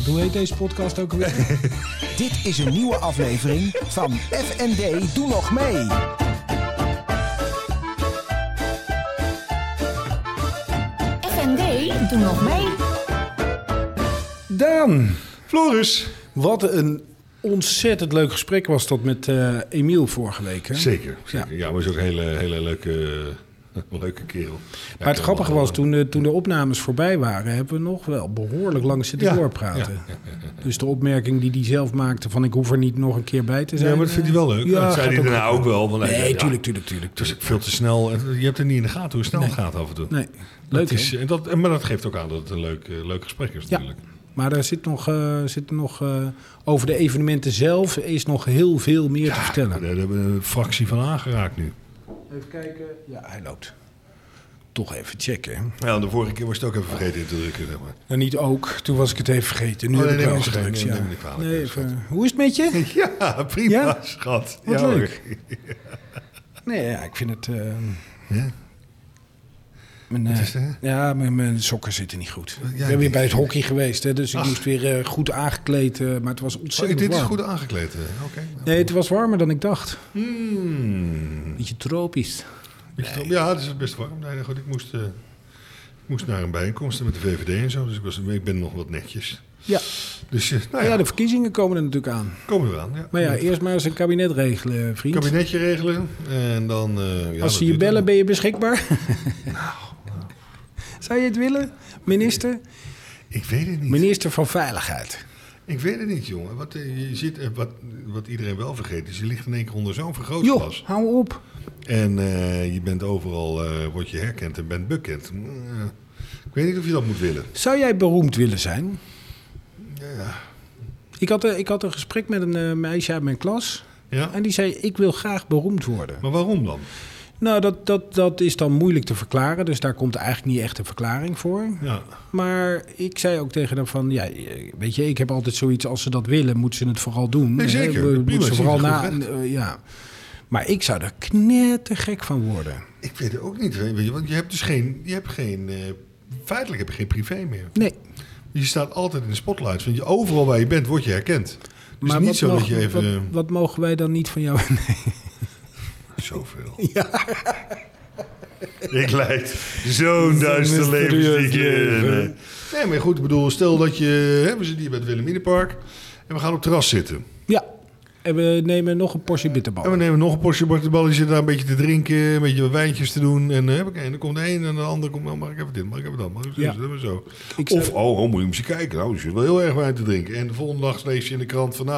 Hoe heet deze podcast ook alweer? Dit is een nieuwe aflevering van FND Doe Nog Mee. FND Doe Nog Mee. Daan, Floris. wat een ontzettend leuk gesprek was dat met Emiel vorige week. Hè? Zeker. Ja, maar is ook een hele leuke kerel. Maar het grappige was, toen de opnames voorbij waren, hebben we nog wel behoorlijk lang zitten doorpraten. Ja. Dus de opmerking die hij zelf maakte van ik hoef er niet nog een keer bij te zijn. Ja, maar dat vindt hij wel leuk. Ja, dat zei hij daarna ook wel. Want nee, tuurlijk. Het is veel te snel. Je hebt er niet in de gaten hoe snel het gaat af en toe. Nee, leuk maar dat geeft ook aan dat het een leuk gesprek is natuurlijk. Ja. Maar er zit nog over de evenementen zelf is nog heel veel meer te vertellen. Daar hebben we een fractie van aangeraakt nu. Even kijken. Ja, hij loopt. Toch even checken. Hè? Ja, de vorige keer was het ook even vergeten in te drukken. Zeg maar. Nou, niet ook. Toen was ik het even vergeten. Nu heb ik wel gedrukt. Ja. Hoe is het met je? Ja, prima, ja? Schat. Wat ja, leuk. Nee, ja, ik vind het... Ja? Mijn sokken zitten niet goed. Ja, ik ben weer bij het hockey geweest, hè, dus ik moest weer goed aangekleed. Maar het was ontzettend warm. Dit is goed aangekleed? Okay. Nee, het was warmer dan ik dacht. Mm. Beetje tropisch. Ja, het is best warm. Nee, goed, ik moest naar een bijeenkomst met de VVD en zo, dus ik ben nog wat netjes. Ja. Dus, de verkiezingen komen er natuurlijk aan. Komen er aan, ja. Maar ja, eerst maar eens een kabinet regelen, vriend. Kabinetje regelen en dan... Als ze je bellen, ben je beschikbaar? Nou. Zou je het willen, minister? Ik weet het niet. Minister van Veiligheid. Ik weet het niet, jongen. Je ziet, wat iedereen wel vergeet is, je ligt in één keer onder zo'n vergrootglas. Joh, hou op. En je bent overal, word je herkend en bent bekend. Ik weet niet of je dat moet willen. Zou jij beroemd willen zijn? Ja. Ik had een gesprek met een meisje uit mijn klas. Ja? En die zei, ik wil graag beroemd worden. Maar waarom dan? Nou, dat is dan moeilijk te verklaren. Dus daar komt eigenlijk niet echt een verklaring voor. Ja. Maar ik zei ook tegen hem van... Ja, weet je, ik heb altijd zoiets... Als ze dat willen, moeten ze het vooral doen. Nee, zeker. Moeten ze vooral ja. Maar ik zou er knettergek van worden. Ik weet het ook niet. Weet je, want je hebt dus geen feitelijk heb je geen privé meer. Nee. Je staat altijd in de spotlights. Want overal waar je bent, word je herkend. Dus maar niet zo dat je even... Wat mogen wij dan niet van jou... Nee. Zoveel. Ja. Ik leid zo'n duister levensliedje. Nee, maar goed, ik bedoel, stel dat we zitten hier bij het Wilhelminapark en we gaan op terras zitten. Ja, en we nemen nog een portie bitterbal. En we nemen nog een portie bitterbal, je zit daar een beetje te drinken, een beetje wijntjes te doen. En dan komt de een en de ander komt, mag ik even dit, mag ik even dat, mag ik even zo. Of, moet je eens kijken, nou, je zit wel heel erg wijn te drinken. En de volgende dag lees je in de krant van,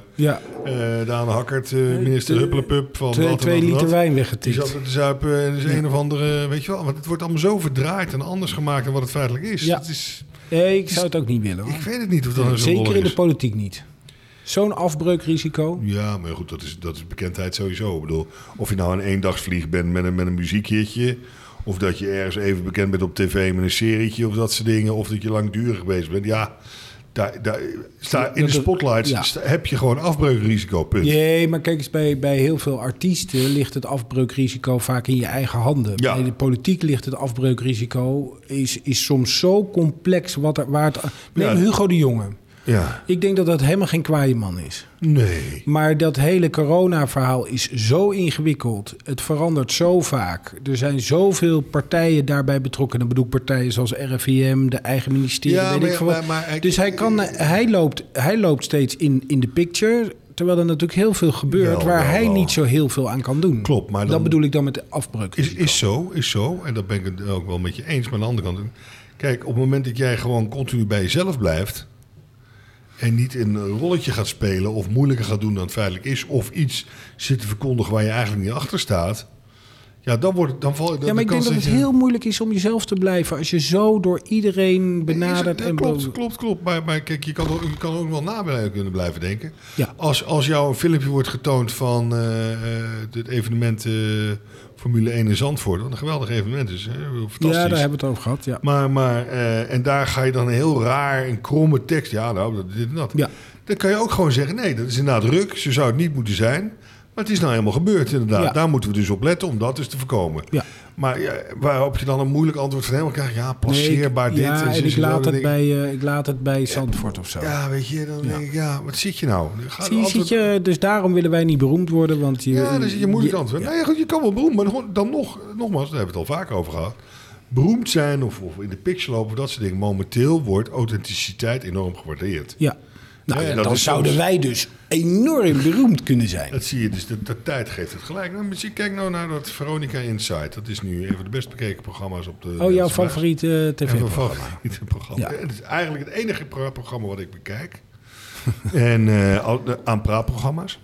Daan Hakkert, minister Huppelepup van... 2 liter wijn weggetikt. Die zat met de zuipen en is een of andere, weet je wel. Want het wordt allemaal zo verdraaid en anders gemaakt dan wat het feitelijk is. Ja. Nee, ik zou het ook niet willen. Hoor. Ik weet het niet of dat een zo'n zeker in de politiek niet. Zo'n afbreukrisico. Ja, maar goed, dat is bekendheid sowieso. Ik bedoel, of je nou een eendagsvlieg bent met een muziekje... of dat je ergens even bekend bent op tv met een serietje of dat soort dingen... of dat je langdurig bezig bent. Ja, in de spotlights heb je gewoon afbreukrisico, punt. Nee, maar kijk eens, bij heel veel artiesten ligt het afbreukrisico vaak in je eigen handen. Ja. Bij de politiek ligt het afbreukrisico is soms zo complex. Neem Hugo de Jonge. Ja. Ik denk dat dat helemaal geen kwaaie man is. Nee. Maar dat hele corona-verhaal is zo ingewikkeld. Het verandert zo vaak. Er zijn zoveel partijen daarbij betrokken. Dan bedoel ik partijen zoals RIVM, de eigen ministerie. Ja, weet ik veel wat. Dus hij loopt steeds in de picture... Terwijl er natuurlijk heel veel gebeurt waar hij niet zo heel veel aan kan doen. Klopt, maar dat bedoel ik dan met de afbreuk. Is zo. En dat ben ik het ook wel met je eens. Maar aan de andere kant... Kijk, op het moment dat jij gewoon continu bij jezelf blijft... en niet een rolletje gaat spelen... of moeilijker gaat doen dan het feitelijk is... of iets zit te verkondigen waar je eigenlijk niet achter staat... Ja, dan val je... Ja, maar ik denk dat het heel moeilijk is om jezelf te blijven... als je zo door iedereen benadert. Klopt. Maar kijk, je kan ook wel na kunnen blijven denken. Ja. Als jou een filmpje wordt getoond van het evenement Formule 1 in Zandvoort... wat een geweldig evenement is. Fantastisch. Ja, daar hebben we het over gehad, ja. Maar en daar ga je dan een heel raar en kromme tekst... Ja, nou, dit en dat. Ja. Dan kan je ook gewoon zeggen... nee, dat is inderdaad ruk. Zo zou het niet moeten zijn... Maar het is nou helemaal gebeurd, inderdaad. Ja. Daar moeten we dus op letten om dat dus te voorkomen. Ja. Maar waarop je dan een moeilijk antwoord van helemaal krijgt. Ja, passeerbaar dit. Ja, en ik laat het bij Zandvoort of zo. Ja, weet je, dan denk ik, wat zit je nou? Zit je, dus daarom willen wij niet beroemd worden. Want dan zit je moeilijk antwoord. Ja. Nee, goed, je kan wel beroemd, maar dan nogmaals, daar hebben we het al vaak over gehad. Beroemd zijn of in de picture lopen, dat soort dingen. Momenteel wordt authenticiteit enorm gewaardeerd. Ja. Nou, dan zouden wij dus enorm beroemd kunnen zijn. Dat zie je, dus de tijd geeft het gelijk. Nou, kijk nou naar dat Veronica Insight. Dat is nu een van de best bekeken programma's op de... jouw favoriete tv-programma. Mijn favoriete programma. Ja. Het is eigenlijk het enige programma wat ik bekijk. En aan praatprogramma's.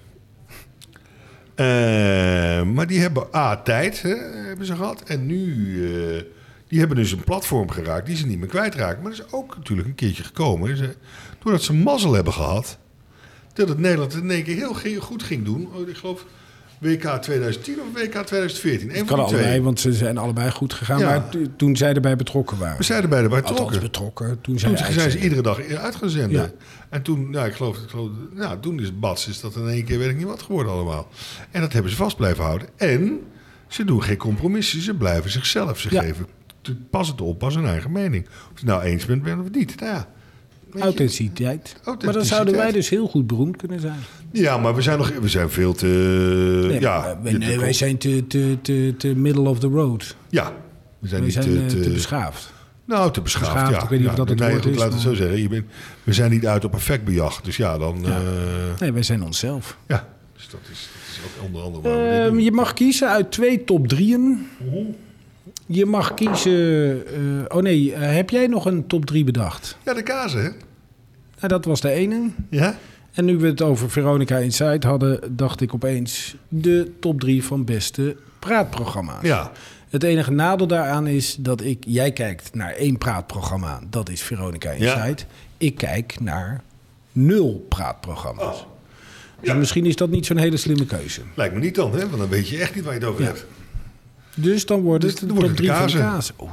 Maar die hebben tijd hebben ze gehad. En nu... die hebben dus een platform geraakt die ze niet meer kwijtraken. Maar dat is ook natuurlijk een keertje gekomen. Doordat ze mazzel hebben gehad... dat het Nederland het in één keer heel goed ging doen. Ik geloof WK 2010 of WK 2014. Het kan allebei, want ze zijn allebei goed gegaan. Ja. Maar toen zij erbij betrokken waren. We zijn erbij betrokken. Althans betrokken. Toen zijn ze iedere dag uitgezenden. Ja. En toen, ik geloof toen is Bats is dat in één keer weet ik niet wat geworden allemaal. En dat hebben ze vast blijven houden. En ze doen geen compromissen. Ze blijven zichzelf. Ze geven pas het op, pas hun eigen mening. Of je het nou eens bent of niet. Nou ja. Authenticiteit. Maar dan zouden wij dus heel goed beroemd kunnen zijn. Ja, maar we zijn veel te... wij zijn te middle of the road. Ja, we zijn te beschaafd. Nou, te beschaafd, ja. Ik weet niet of dat het woord is. Laat het zo zeggen. We zijn niet uit op effectbejag. Dus ja, dan... Nee, wij zijn onszelf. Ja, dus dat is ook onder andere waar we dit doen. Je mag kiezen uit 2 top 3'en. Je mag kiezen... heb jij nog een top 3 bedacht? Ja, de kazen, hè? Nou, dat was de ene. Ja? En nu we het over Veronica Insight hadden... dacht ik opeens de top 3 van beste praatprogramma's. Ja. Het enige nadeel daaraan is dat jij kijkt naar 1 praatprogramma. Dat is Veronica Insight. Ja. Ik kijk naar 0 praatprogramma's. Oh. Dus misschien is dat niet zo'n hele slimme keuze. Lijkt me niet dan, hè? Want dan weet je echt niet waar je het over hebt. Dus dan wordt het de top 3 van de kaas. Oh.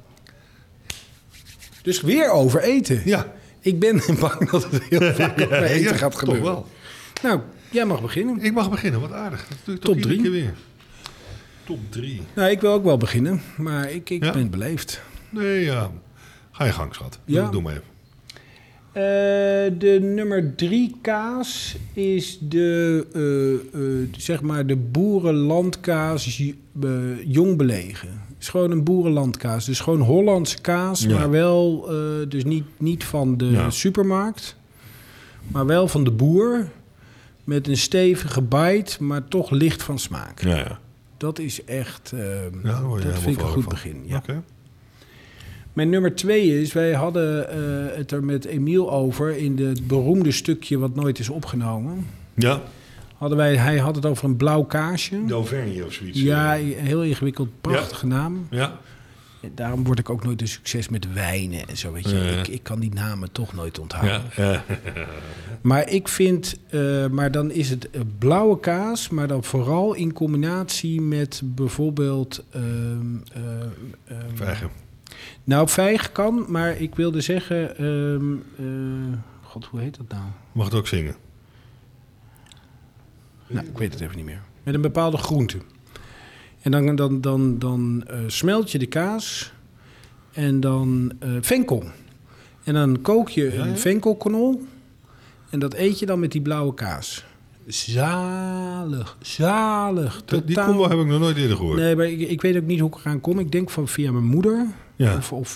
Dus weer over eten. Ja. Ik ben bang dat het heel vaak over eten gaat gebeuren. Toch wel. Nou, jij mag beginnen. Ik mag beginnen, wat aardig. Dat doe ik toch iedere keer weer. Top 3. Nou, ik wil ook wel beginnen, maar ik ben beleefd. Nee, ja. Ga je gang, schat. Ja. Doe maar even. De nummer 3 kaas is zeg maar de boerenlandkaas jong belegen. Het is gewoon een boerenlandkaas. Dus gewoon Hollandse kaas, maar wel dus niet van de supermarkt. Maar wel van de boer. Met een stevige bite, maar toch licht van smaak. Ja. Dat is echt... dat vind ik een goed begin. Ja. Okay. Mijn nummer 2 is... Wij hadden het er met Emiel over... in het beroemde stukje wat nooit is opgenomen. Ja. Hij had het over een blauw kaasje. D'Auvergne of zoiets. Ja, heel ingewikkeld. Prachtige naam. Ja. Daarom word ik ook nooit een succes met wijnen en zo. Weet je. Ik kan die namen toch nooit onthouden. Ja. Maar ik vind... maar dan is het blauwe kaas... maar dan vooral in combinatie met bijvoorbeeld... vijgen. Nou, vijg kan, maar ik wilde zeggen... God, hoe heet dat nou? Mag het ook zingen? Nou, ik weet het even niet meer. Met een bepaalde groente. En dan smelt je de kaas en dan venkel. En dan kook je een venkelknol en dat eet je dan met die blauwe kaas. Zalig. Die combo heb ik nog nooit eerder gehoord. Nee, maar ik weet ook niet hoe ik eraan kom. Ik denk van via mijn moeder. Ja.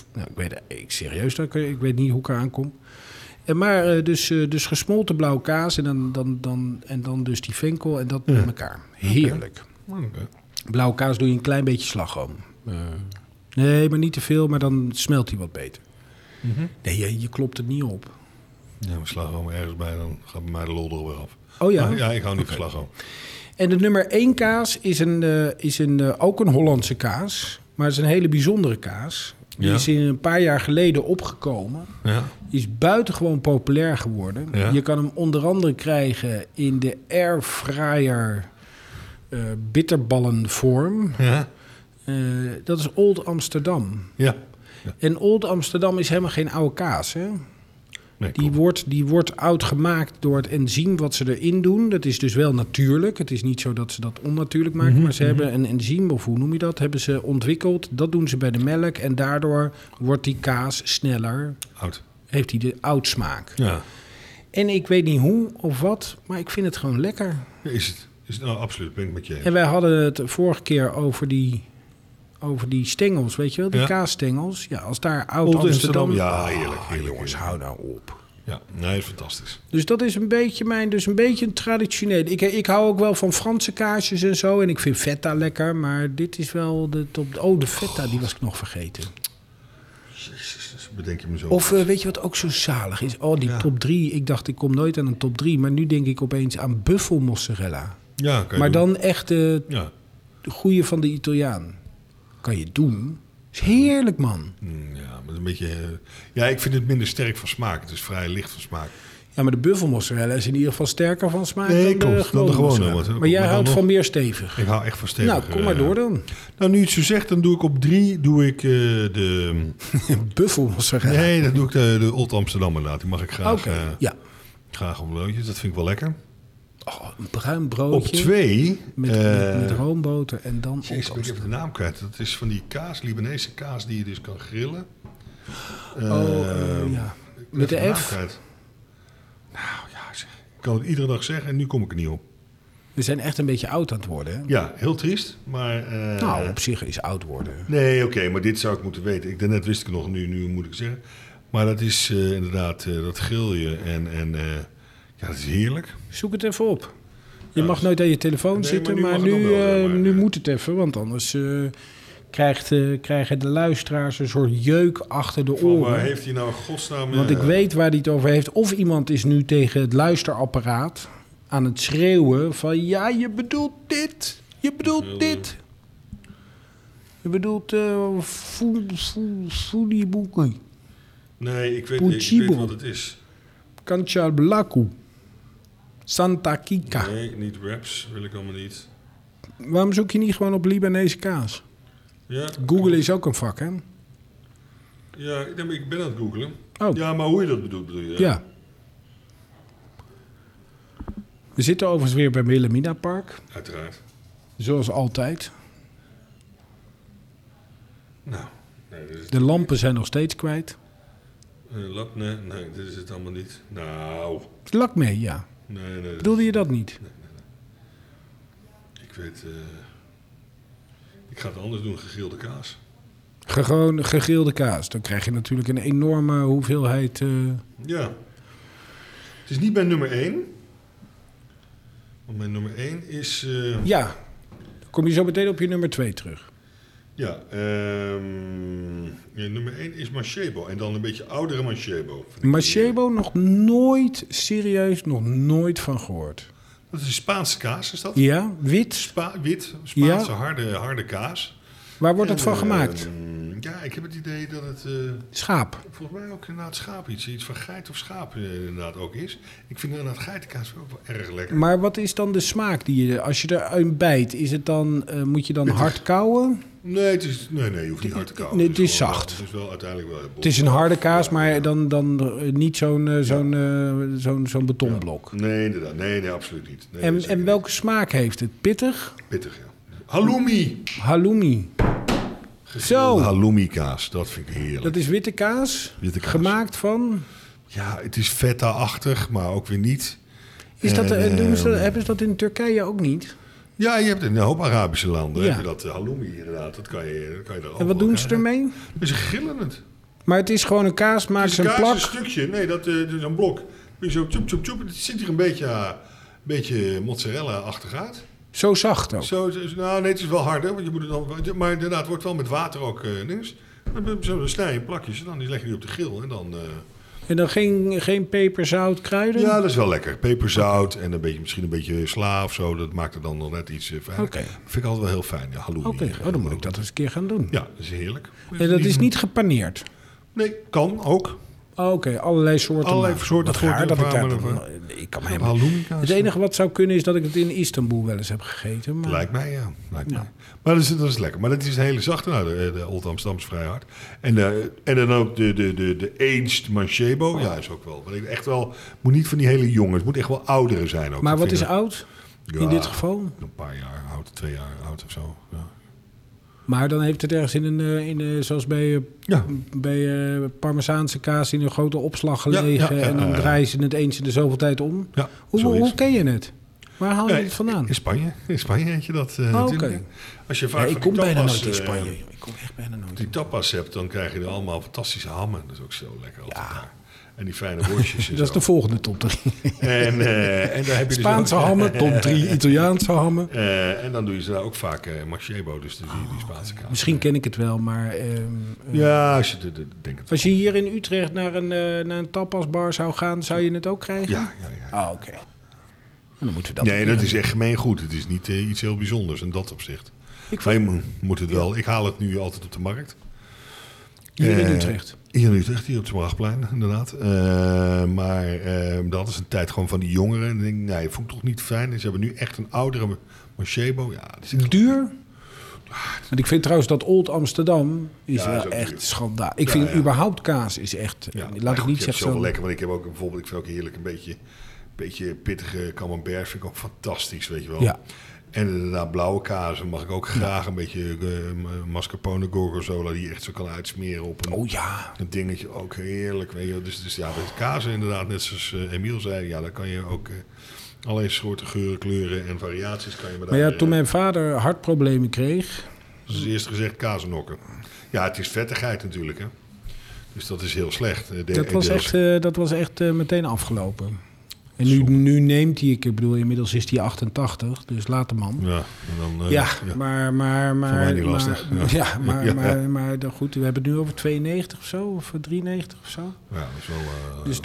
Ik weet niet hoe ik eraan kom. Maar dus gesmolten blauwe kaas en dan dus die venkel en dat met elkaar. Heerlijk. Okay. Blauwe kaas doe je een klein beetje slagroom. Nee, maar niet te veel, maar dan smelt hij wat beter. Mm-hmm. Nee, je klopt het niet op. Ja, maar slagroom ergens bij, dan gaat bij mij de lol er weer af. Oh ja? Ja, ik hou niet van slagroom. En de nummer 1 kaas is ook een Hollandse kaas. Maar het is een hele bijzondere kaas. Die is een paar jaar geleden opgekomen. Ja. Die is buitengewoon populair geworden. Ja. Je kan hem onder andere krijgen in de airfryer bitterballenvorm. Ja. Dat is Old Amsterdam. Ja. En Old Amsterdam is helemaal geen oude kaas, hè? Nee, die wordt oud gemaakt door het enzym wat ze erin doen. Dat is dus wel natuurlijk. Het is niet zo dat ze dat onnatuurlijk maken. Maar ze hebben een enzym, of hoe noem je dat, hebben ze ontwikkeld. Dat doen ze bij de melk. En daardoor wordt die kaas sneller. Oud. Heeft hij de oud smaak. Ja. En ik weet niet hoe of wat, maar ik vind het gewoon lekker. Ja, is het? Nou, absoluut, ben ik met je eens. En wij hadden het vorige keer over die stengels, weet je wel? Die kaasstengels. Ja, als daar oud Amsterdam... Ja, heerlijk. Jongens, hou nou op. Ja, nee, is fantastisch. Dus dat is een beetje een traditionele. Ik hou ook wel van Franse kaasjes en zo. En ik vind feta lekker, maar dit is wel de top. Oh, de feta, die was ik nog vergeten. Jezus, bedenk je me zo. Of weet je wat ook zo zalig is? Oh, die top 3. Ik dacht, ik kom nooit aan een top 3. Maar nu denk ik opeens aan buffelmozzarella. Ja, kan je maar doen. dan echt de goede van de Italiaan. Kan je doen. Is heerlijk, man. Ja, maar een beetje... ja, ik vind het minder sterk van smaak. Het is vrij licht van smaak. Ja, maar de buffelmozzarella is in ieder geval sterker van smaak Nee, dan de gewone mozzarella. Maar jij houdt van meer stevig. Ik hou echt van stevig. Nou, kom maar door dan. Nou, nu je het zo zegt, dan doe ik op 3 de... Buffelmozzarella. Nee, dan doe ik de Old Amsterdam inderdaad. Die mag ik graag, graag op broodjes. Dat vind ik wel lekker. Oh, een bruin broodje. Op 2... Met roomboter en dan... Ik heb even de naam kwijt. Dat is van die kaas, Libanese kaas die je dus kan grillen. Met de F? Nou ja, zeg. Ik kan het iedere dag zeggen en nu kom ik er niet op. We zijn echt een beetje oud aan het worden, hè? Ja, heel triest, maar... nou, op zich is oud worden. Nee, oké, maar dit zou ik moeten weten. Daarnet wist ik het nog, nu moet ik zeggen. Maar dat is inderdaad, dat grill je en ja, dat is heerlijk. Zoek het even op. Je mag nooit aan je telefoon zitten, maar nu moet het even, want anders krijgen de luisteraars een soort jeuk achter de oren. Waar heeft hij nou godsnaam... Want ik weet waar hij het over heeft. Of iemand is nu tegen het luisterapparaat aan het schreeuwen van... Ja, je bedoelt dit. Je bedoelt dit. Je bedoelt Fulibuki. Nee, ik weet wat het is. Canciablacu. Santa Kika. Nee, niet wraps. Wil ik allemaal niet. Waarom zoek je niet gewoon op Libanese kaas? Ja, Google is ook een vak, hè? Ja, ik ben aan het googlen. Oh. Ja, maar hoe je dat bedoel je? Ja. We zitten overigens weer bij Wilhelmina Park. Uiteraard. Zoals altijd. Nou. Nee, de lampen zijn nog steeds kwijt. Nee, dit is het allemaal niet. Nou. Lak mee, ja. Nee. Bedoelde je dat niet? Nee. Ik weet... ik ga het anders doen, gegrilde kaas. Gewoon gegrilde kaas. Dan krijg je natuurlijk een enorme hoeveelheid... Ja. Het is niet mijn nummer 1. Want mijn nummer 1 is... Ja. Dan kom je zo meteen op je nummer 2 terug. Ja. Nummer 1 is Manchego. En dan een beetje oudere Manchego. Manchego nog nooit van gehoord. Dat is een Spaanse kaas, is dat? Ja, wit. Spaanse harde kaas. Waar wordt het van gemaakt? Ja, ik heb het idee dat het... schaap. Volgens mij ook inderdaad schaap iets van geit of schaap inderdaad ook is. Ik vind inderdaad geitenkaas ook wel erg lekker. Maar wat is dan de smaak die je... Als je erin bijt, is het dan, moet je dan hard kauwen? Nee, je hoeft niet hard te kauwen. Nee, het is zacht. Het is wel uiteindelijk wel... Het is een harde kaas, maar dan niet zo'n betonblok. Ja. Nee, inderdaad. Nee, absoluut niet. Nee, en welke smaak heeft het? Pittig? Pittig, ja. Halloumi. Zo. Halloumi kaas, dat vind ik heerlijk. Dat is witte kaas? Gemaakt van? Ja, het is feta-achtig, maar ook weer niet. Hebben ze dat in Turkije ook niet? Ja, je hebt in een hoop Arabische landen heb je dat halloumi inderdaad. Dat kan je er ook. En wat doen ze ermee? Ze grillen het. Maar het is gewoon een kaas, maken ze een plak? Een stukje, nee, dat is een blok. Zo tjoep. Het ziet er een beetje mozzarella-achtig uit. Zo zacht ook? Nee, het is wel harder. Want je moet het dan, maar inderdaad, het wordt wel met water ook niks. Dan snij je plakjes en dan leg je die op de grill. En dan... En dan geen peper, zout, kruiden? Ja, dat is wel lekker. Peper, zout en misschien een beetje sla of zo. Dat maakt er dan nog net iets fijn. Oké. Vind ik altijd wel heel fijn. Ja, halloumi. Oké, dan moet ik dat eens een keer gaan doen. Ja, dat is heerlijk. En dat is niet gepaneerd? Nee, kan ook. Oké, allerlei soorten. Allerlei soorten. ik kan me het enige wat zou kunnen is dat ik het in Istanbul wel eens heb gegeten. Maar... Lijkt mij, ja. Maar dat is lekker. Maar dat is een hele zachte. Nou, de Old Amsterdam is vrij hard. En dan ook de aged manchego. Ja, is ook wel. Maar echt wel, moet niet van die hele jongens. Het moet echt wel ouderen zijn ook. Maar wat is oud in dit geval? Een paar jaar oud, 2 jaar oud of zo. Ja. Maar dan heeft het ergens zoals bij Parmezaanse kaas in een grote opslag gelegen. En dan draaien ze het eens in de zoveel tijd om. Ja, hoe ken je het? Waar haal je het vandaan? In Spanje. In Spanje eet je dat. Oké. Als je vaak ik kom bijna nooit in Spanje. Ik kom echt bijna nooit. Die tapas hebt, dan krijg je er allemaal fantastische hammen. Dat is ook zo lekker altijd daar. En die fijne worstjes. Dat is de volgende top 3. En daar heb je Spaanse dus hammen, top 3 Italiaanse hammen. En dan doe je ze daar ook vaak manchego, dus die Spaanse kaas. Misschien ken ik het wel, maar... als je denkt het. Als je hier in Utrecht naar een tapasbar zou gaan, zou je het ook krijgen? Ja. Oké. Dan moeten we dat dat is echt gemeengoed. Het is niet iets heel bijzonders in dat opzicht. Maar je moet het wel. Ik haal het nu altijd op de markt. Hier in Utrecht? Hier in Utrecht, hier op het Smaragdplein, inderdaad. Maar dat is een tijd gewoon van die jongeren. En ik denk, nee, vond ik toch niet fijn. Ze hebben nu echt een oudere manchego. Ja, dat is duur? Want ik vind trouwens dat Old Amsterdam is wel echt schandaal. Ik vind überhaupt kaas is echt... laat ik niet zeggen zo wel lekker, want ik heb ook bijvoorbeeld... Ik vind ook heerlijk een beetje pittige camembert. Vind ik ook fantastisch, weet je wel. Ja. En inderdaad, blauwe kaas mag ik ook graag een beetje mascarpone gorgonzola die je echt zo kan uitsmeren op een dingetje. Ook heerlijk, weet je. Dus de kaas inderdaad, net zoals Emiel zei, dan kan je ook allerlei soorten geuren, kleuren en variaties kan je met. Maar toen mijn vader hartproblemen kreeg... Dus eerst gezegd kazennokken. Ja, het is vettigheid natuurlijk, hè. Dus dat is heel slecht. Dat was echt meteen afgelopen. En nu neemt hij, ik bedoel, inmiddels is hij 88, dus laat de man. Ja, en dan, maar voor mij niet lastig. Maar goed, we hebben het nu over 92 of zo, of 93 of zo. Ja, dat is wel... Dus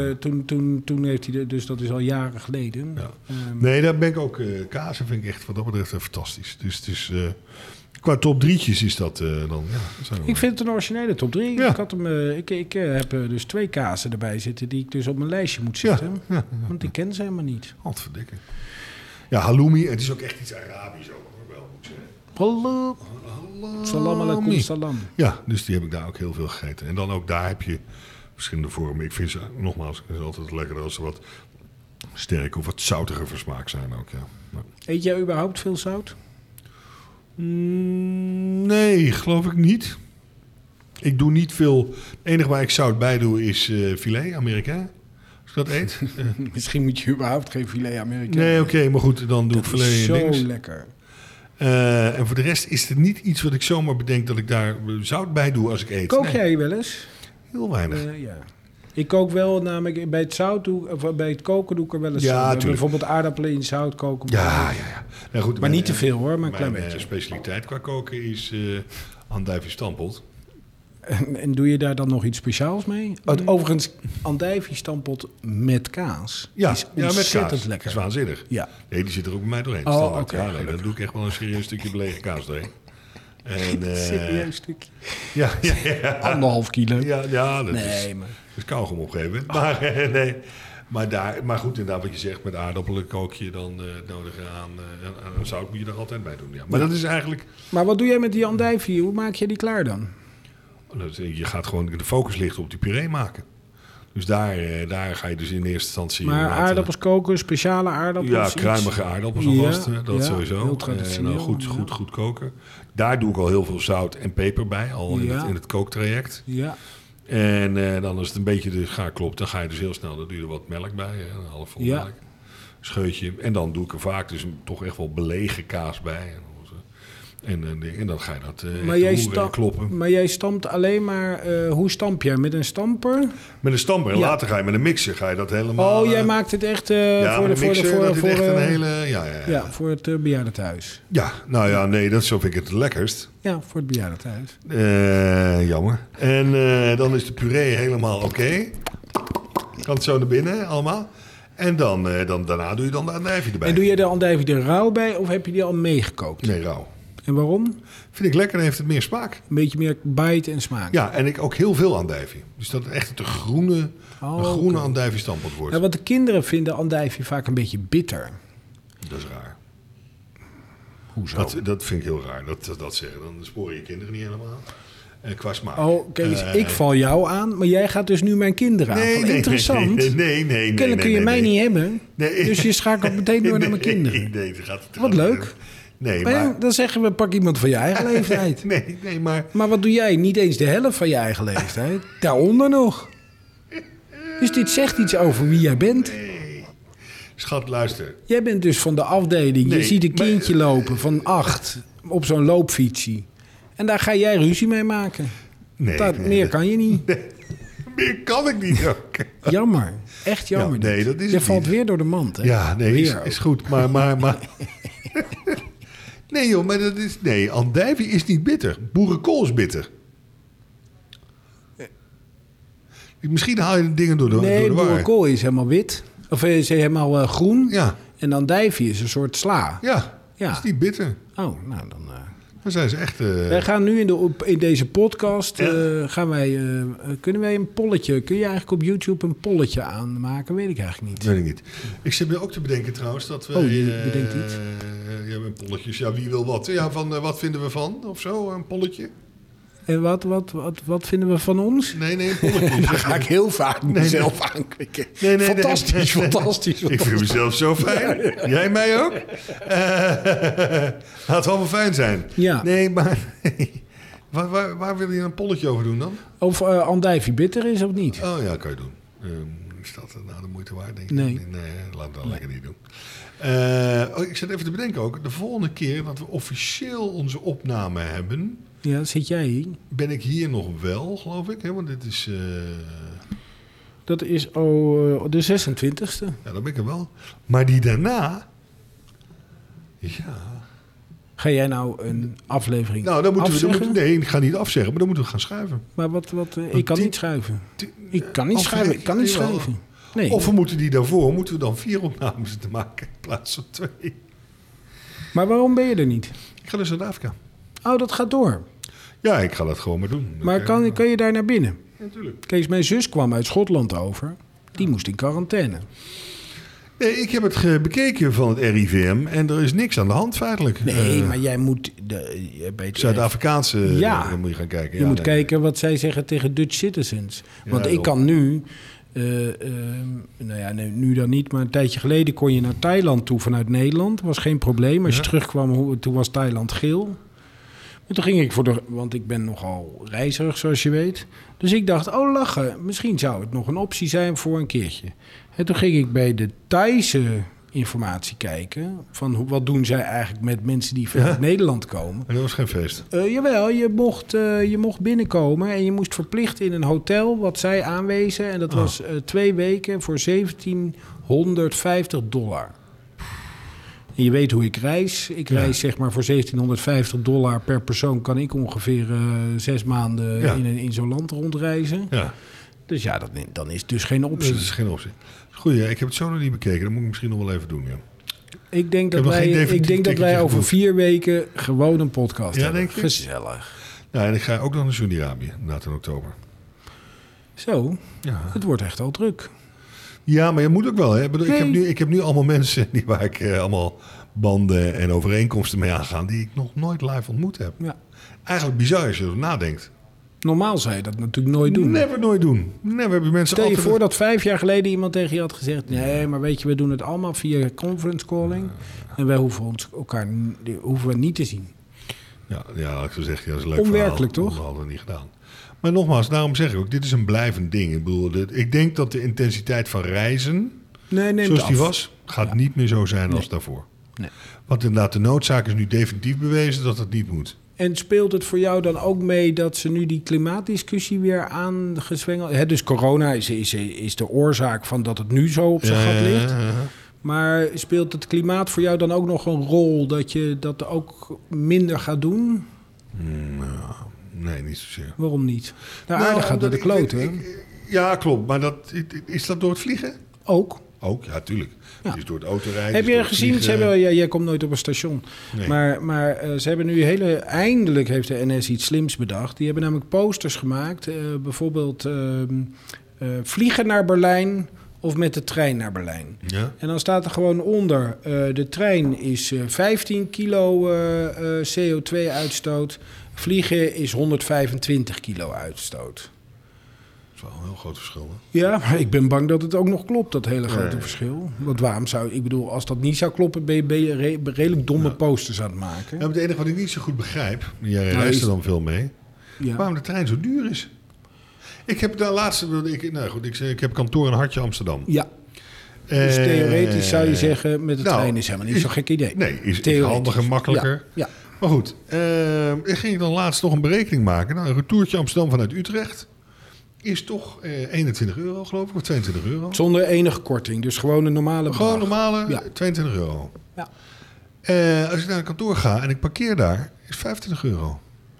toen heeft hij, dus dat is al jaren geleden. Ja. Nee, daar ben ik ook, kazen vind ik echt wat dat betreft fantastisch. Dus het is... Qua top 3'tjes is dat dan... Ja, ik vind het een originele top 3. Ja. Ik heb dus 2 kazen erbij zitten die ik dus op mijn lijstje moet zetten. Ja. Want ik ken ze helemaal niet. Godverdikke. Ja, halloumi. Het is ook echt iets Arabisch ook, wel moet ik zeggen. Salam alaikum salam. Ja, dus die heb ik daar ook heel veel gegeten. En dan ook daar heb je verschillende vormen. Ik vind ze, nogmaals, het is altijd lekker als ze wat sterker of wat zoutiger van smaak zijn ook. Ja. Eet jij überhaupt veel zout? Nee, geloof ik niet. Ik doe niet veel. Het enige waar ik zout bij doe is filet Amerikaan. Als ik dat eet. Misschien moet je überhaupt geen filet Amerikaan. Nee, oké, maar goed, dan doe ik filet. Dat is zo lekker. En voor de rest is het niet iets wat ik zomaar bedenk dat ik daar zout bij doe als ik eet. Kook jij wel eens? Heel weinig. Ja. Ik kook wel, namelijk bij het koken doe ik er wel eens. Bijvoorbeeld aardappelen in zout koken. Ja. Nou goed, maar niet te veel hoor, maar een klein beetje. Mijn specialiteit qua koken is andijvie stampot. En doe je daar dan nog iets speciaals mee? Overigens, andijvie stampot met kaas is ontzettend lekker. Dat is waanzinnig. Ja. Nee, die zit er ook bij mij doorheen. Okay, dan doe ik echt wel een serieus stukje belegen kaas doorheen. Serieus stukje? Ja. 1,5 kilo? Ja, dat is kauwgom op een gegeven moment. Maar nee. Maar goed, inderdaad wat je zegt, met aardappelen kook je dan nodig aan zout moet je er altijd bij doen. Ja. Maar dat is eigenlijk... Maar wat doe jij met die andijvie? Hoe maak je die klaar dan? Je gaat gewoon de focus ligt op die puree maken. Dus daar ga je dus in eerste instantie... Maar aardappels koken, speciale aardappels? Ja, kruimige aardappels alvast. Dat sowieso. Heel traditioneel. En dan goed koken. Daar doe ik al heel veel zout en peper bij, al in het kooktraject. Ja. En dan als het een beetje de gaar klopt, dan ga je dus heel snel, dan doe je er wat melk bij, een half vol melk, scheutje. En dan doe ik er vaak dus toch echt wel belegen kaas bij. En dan ga je dat kloppen. Maar jij stampt alleen maar... hoe stamp jij? Met een stamper? Met een stamper. En later ga je met een mixer. Ga je dat helemaal... Oh, jij maakt het echt voor het bejaardentehuis. Ja, nou ja, nee, dat vind ik het lekkerst. Ja, voor het bejaardentehuis. Jammer. En dan is de puree helemaal oké. Kan het zo naar binnen allemaal. En daarna doe je dan de andijvie erbij. En doe je de andijvie er rauw bij of heb je die al meegekookt? Nee, rauw. En waarom? Vind ik lekker en heeft het meer smaak. Een beetje meer bite en smaak. Ja, en ik ook heel veel andijvie. Dus dat het echt een groene andijvie stampot wordt. Ja, want de kinderen vinden andijvie vaak een beetje bitter. Dat is raar. Hoezo? Dat vind ik heel raar. Dat zeggen. Dan sporen je kinderen niet helemaal. Qua smaak. Oh, kijk eens, ik val jou aan, maar jij gaat dus nu mijn kinderen aan. Interessant. Nee. Kennelijk kun je mij niet hebben. Nee. Dus je schakelt meteen door naar mijn kinderen. Nee, dat gaat het. Wat leuk. Nee, maar... Dan zeggen we, pak iemand van je eigen leeftijd. nee, maar... Maar wat doe jij? Niet eens de helft van je eigen leeftijd. Daaronder nog. Dus dit zegt iets over wie jij bent. Nee. Schat, luister. Jij bent dus van de afdeling. Je ziet een kindje lopen van 8 op zo'n loopfietsie. En daar ga jij ruzie mee maken. Meer kan je niet. Nee, meer kan ik niet ook. Jammer. Echt jammer. Ja, nee, dat is je valt niet. Weer door de mand. Hè? Ja, nee, is goed. Maar... Nee joh, maar dat is... Nee, andijvie is niet bitter. Boerenkool is bitter. Misschien haal je de dingen door de war. Nee, boerenkool is helemaal wit. Of is helemaal groen. Ja. En andijvie is een soort sla. Ja, dat is niet bitter. Oh, nou dan... Dan zijn ze echt... Wij gaan nu in deze podcast... kunnen wij een polletje... Kun je eigenlijk op YouTube een polletje aanmaken? Weet ik eigenlijk niet. Weet ik niet. Ik zit me ook te bedenken trouwens dat we... je bedenkt iets? Ja, een polletjes. Ja, wie wil wat? Ja, van wat vinden we van? Of zo, een polletje. En wat vinden we van ons? Nee, een polletje. Daar ga ik heel vaak mezelf aanklikken. Nee, fantastisch. Ik vind mezelf zo fijn. Ja. Jij mij ook? Laat het allemaal fijn zijn. Ja. Nee, maar... Waar wil je een polletje over doen dan? Of andijvie bitter is of niet? Oh ja, kan je doen. Is dat nou de moeite waard, denk ik? Nee, laat het dan lekker niet doen. Ik zit even te bedenken ook. De volgende keer dat we officieel onze opname hebben... Ja, zit jij hier? Ben ik hier nog wel, geloof ik. Hè? Want dit is... Dat is de 26e. Ja, dat ben ik er wel. Maar die daarna... Ja... Ga jij nou een aflevering dan moeten afzeggen? Nee, ik ga niet afzeggen, maar dan moeten we gaan schuiven. Maar ik kan niet schuiven. Ik kan niet schuiven. Nee. Of we moeten die daarvoor, moeten we dan 4 opnames te maken in plaats van 2. Maar waarom ben je er niet? Ik ga naar Zuid-Afrika. Oh, dat gaat door? Ja, ik ga dat gewoon maar doen. Maar kan je daar naar binnen? Ja, natuurlijk. Kees, mijn zus kwam uit Schotland over. Die moest in quarantaine. Nee, ik heb het bekeken van het RIVM en er is niks aan de hand feitelijk. Nee, maar jij moet... Zuid-Afrikaanse dan moet je gaan kijken. Je moet kijken wat zij zeggen tegen Dutch citizens. Want ik kan nu... nu dan niet, maar een tijdje geleden kon je naar Thailand toe vanuit Nederland. Was geen probleem. Als je terugkwam, toen was Thailand geel. Maar toen ging ik want ik ben nogal reizigerig, zoals je weet. Dus ik dacht, lachen, misschien zou het nog een optie zijn voor een keertje. En toen ging ik bij de Thaise informatie kijken. Van wat doen zij eigenlijk met mensen die vanuit Nederland komen. En dat was geen feest? Jawel, je mocht binnenkomen en je moest verplicht in een hotel wat zij aanwezen. En dat was 2 weken voor $1750. En je weet hoe ik reis. Ik reis zeg maar voor $1750 per persoon. Kan ik ongeveer 6 maanden in zo'n land rondreizen. Ja. Dus ja, dan is het dus geen optie. Dat is geen optie. Goed, ik heb het zo nog niet bekeken. Dat moet ik misschien nog wel even doen, ja. Ik denk dat wij over 4 weken gewoon een podcast hebben. Denk je? Gezellig. Ja, en ik ga ook nog naar Saudi-Arabië, na in oktober. Zo, het wordt echt al druk. Ja, maar je moet ook wel. Hè? Ik heb nu allemaal mensen waar ik allemaal banden en overeenkomsten mee aangaan... die ik nog nooit live ontmoet heb. Ja. Eigenlijk bizar als je erover nadenkt. Normaal zou je dat natuurlijk nooit doen. Nooit doen. Hebben mensen Stel je voor dat 5 jaar geleden iemand tegen je had gezegd... nee, maar weet je, we doen het allemaal via conference calling... en wij hoeven we niet te zien. Ja, ik zou zeggen, dat is een leuk onwerkelijk, verhaal. toch? Dat hadden we niet gedaan. Maar nogmaals, daarom zeg ik ook, dit is een blijvend ding. Ik bedoel, ik denk dat de intensiteit van reizen, zoals die was... gaat niet meer zo zijn als daarvoor. Nee. Want inderdaad, de noodzaak is nu definitief bewezen dat het niet moet. En speelt het voor jou dan ook mee dat ze nu die klimaatdiscussie weer aangezwengeld... Dus corona is de oorzaak van dat het nu zo op zijn gat ligt. Maar speelt het klimaat voor jou dan ook nog een rol dat je dat ook minder gaat doen? Nee, niet zozeer. Waarom niet? Aardig gaat door de kloot, hè? Ja, klopt. Maar is dat door het vliegen? Ook. Ook, ja, tuurlijk. Ja. Het is door het autorijden. Heb je gezien, jij komt nooit op een station. Nee. Maar ze hebben nu eindelijk heeft de NS iets slims bedacht. Die hebben namelijk posters gemaakt. Bijvoorbeeld vliegen naar Berlijn of met de trein naar Berlijn. Ja. En dan staat er gewoon onder, de trein is 15 kilo CO2-uitstoot. Vliegen is 125 kilo uitstoot. Dat is wel een heel groot verschil. Hè? Ja, maar ik ben bang dat het ook nog klopt, dat hele grote verschil. Want waarom als dat niet zou kloppen, ben je redelijk domme posters aan het maken. Ja, maar het enige wat ik niet zo goed begrijp, jij reist er dan veel mee, waarom de trein zo duur is. Ik heb de laatste, ik heb kantoor in Hartje Amsterdam. Ja. Dus theoretisch zou je zeggen, met de trein is helemaal niet zo'n gek idee. Nee, is handiger, makkelijker. Ja. Maar goed, ging ik dan laatst nog een berekening maken. Nou, een retourtje Amsterdam vanuit Utrecht is toch €21, geloof ik, of €22. Zonder enige korting, dus gewoon een normale bedrag. Gewoon normale, €22. Ja. Als ik naar een kantoor ga en ik parkeer daar, is €25.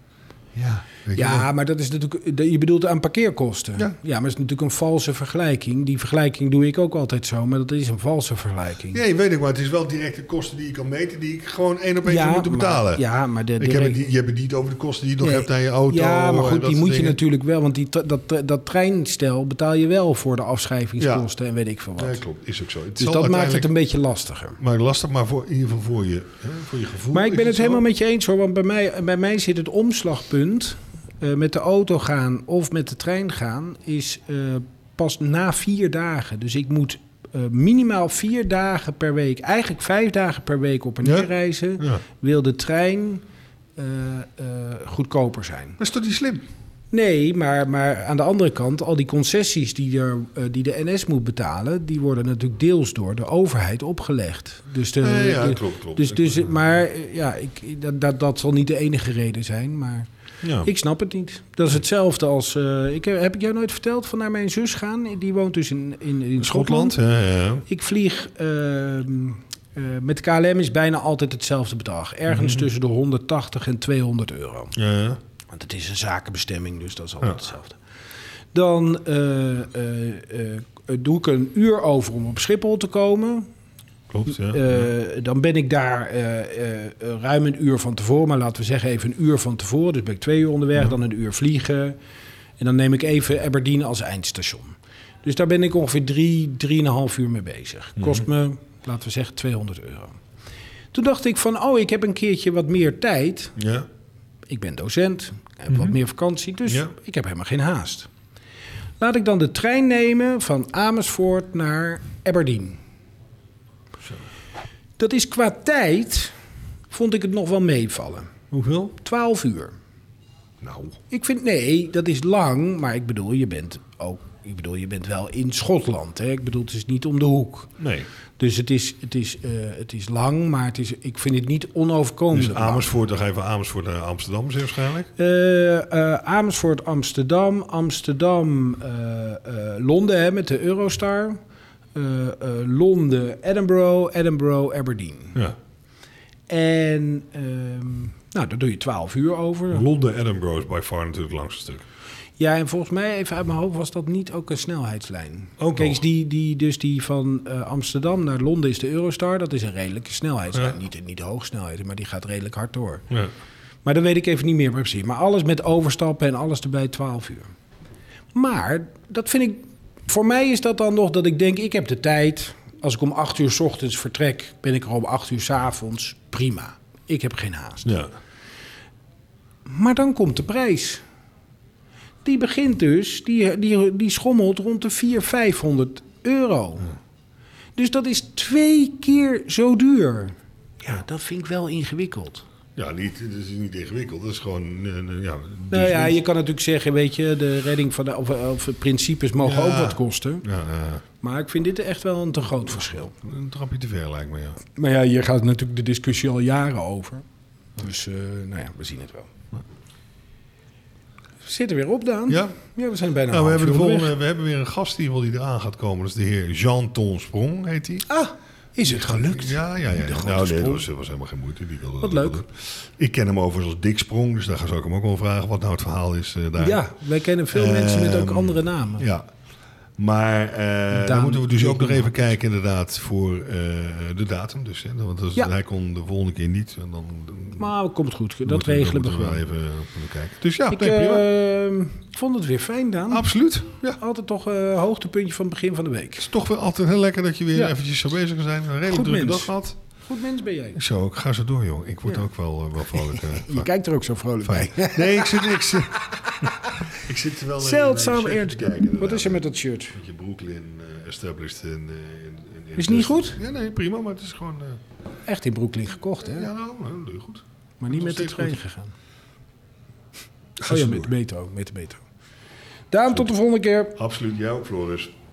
Ja, maar dat is natuurlijk. Je bedoelt aan parkeerkosten. Ja, maar dat is natuurlijk een valse vergelijking. Die vergelijking doe ik ook altijd zo, maar dat is een valse vergelijking. Nee, weet ik, maar het is wel directe kosten die je kan meten, die ik gewoon 1 op 1 zou moeten betalen. Maar je hebt het niet over de kosten die je nog hebt aan je auto. Ja, maar goed, die moet je natuurlijk wel, want dat treinstel betaal je wel voor de afschrijvingskosten en weet ik veel wat. Ja, klopt, is ook zo. Dus dat maakt het een beetje lastiger. Maar lastig, maar in ieder geval voor je gevoel. Maar ik ben het helemaal met je eens hoor, want bij mij zit het omslagpunt. Met de auto gaan of met de trein gaan is pas na 4 dagen. Dus ik moet minimaal 4 dagen per week, eigenlijk 5 dagen per week op en neer reizen. Ja. Wil de trein goedkoper zijn. Dat is toch niet slim? Nee, maar aan de andere kant, al die concessies die de NS moet betalen, die worden natuurlijk deels door de overheid opgelegd. Dus klopt. Maar dat zal niet de enige reden zijn, maar. Ja. Ik snap het niet. Dat is hetzelfde als... heb ik jou nooit verteld van naar mijn zus gaan? Die woont dus in Schotland. Ja. Ik vlieg... met KLM is bijna altijd hetzelfde bedrag. Ergens tussen de €180 en €200. Ja. Want het is een zakenbestemming, dus dat is altijd hetzelfde. Dan doe ik een uur over om op Schiphol te komen. Klopt, ja. Dan ben ik daar ruim een uur van tevoren, maar laten we zeggen even een uur van tevoren. Dus ben ik 2 uur onderweg, dan een uur vliegen. En dan neem ik even Aberdeen als eindstation. Dus daar ben ik ongeveer 3,5 uur mee bezig. Kost me, laten we zeggen, €200. Toen dacht ik van, ik heb een keertje wat meer tijd. Ja. Ik ben docent, ik heb wat meer vakantie, dus ik heb helemaal geen haast. Laat ik dan de trein nemen van Amersfoort naar Aberdeen. Dat is qua tijd, vond ik het nog wel meevallen. Hoeveel? 12 uur. Nou. Ik vind, nee, dat is lang, maar ik bedoel, je bent wel in Schotland. Hè? Ik bedoel, het is niet om de hoek. Nee. Dus het is lang, maar ik vind het niet onoverkomelijk. Dus Amersfoort, dan ga je van Amersfoort naar Amsterdam waarschijnlijk? Amersfoort, Amsterdam, Londen hè, met de Eurostar. Londen, Edinburgh, Aberdeen. Ja. En daar doe je 12 uur over. Londen, Edinburgh is by far natuurlijk het langste stuk. Ja, en volgens mij, even uit mijn hoofd, was dat niet ook een snelheidslijn. Kijk eens, die van Amsterdam naar Londen is de Eurostar. Dat is een redelijke snelheidslijn. Ja. Niet de hoogsnelheid, maar die gaat redelijk hard door. Ja. Maar dat weet ik even niet meer precies. Maar alles met overstappen en alles erbij 12 uur. Maar dat vind ik... Voor mij is dat dan nog dat ik denk, ik heb de tijd. Als ik om 8 uur 's ochtends vertrek, ben ik er om 8 uur 's avonds. Prima. Ik heb geen haast. Ja. Maar dan komt de prijs. Die begint dus, die schommelt rond de €400-500. Ja. Dus dat is 2 keer zo duur. Ja, dat vind ik wel ingewikkeld. Ja, dat is niet ingewikkeld. Dat is gewoon... je kan natuurlijk zeggen, weet je, de redding van of principes mogen ook wat kosten. Ja. Maar ik vind dit echt wel een te groot verschil. Een trapje te ver lijkt me, ja. Maar ja, hier gaat natuurlijk de discussie al jaren over. Dus, we zien het wel. We zitten weer op, Daan. Ja, we zijn bijna we hebben weer een gast die eraan gaat komen. Dat is de heer Jean Ton Sprong, heet hij. Ah, is het gelukt? Ja. Nou, nee, dat was helemaal geen moeite. Wat leuk. Ik ken hem overigens als Dick Sprong, dus daar zou ik hem ook wel vragen wat nou het verhaal is daar. Ja, wij kennen veel mensen met ook andere namen. Ja. Maar dan moeten we dus ook nog even kijken inderdaad voor de datum. Dus, hè, want hij kon de volgende keer niet. En dan maar komt goed. Dat regelen we gewoon. Even kijken. Dus ja, ik vond het weer fijn, Daan. Absoluut. Ja. Altijd toch een hoogtepuntje van het begin van de week. Het is toch wel altijd heel lekker dat je weer eventjes zo bezig kan zijn. Een redelijk drukke dag gehad. Goed mens ben jij. Zo, ik ga zo door, joh. Ik word ook wel vrolijk. Je kijkt er ook zo vrolijk bij. Nee, ik zit er wel zeldzaam eer te kijken. Wat is er met dat shirt? Met je Brooklyn established in is het niet goed? Ja, nee, prima, maar het is gewoon... echt in Brooklyn gekocht, hè? Ja, nou, dat doe je goed. Maar niet met de trein gegaan. Oh ja, met de metro. Daan, tot de volgende keer. Absoluut, jou, Floris.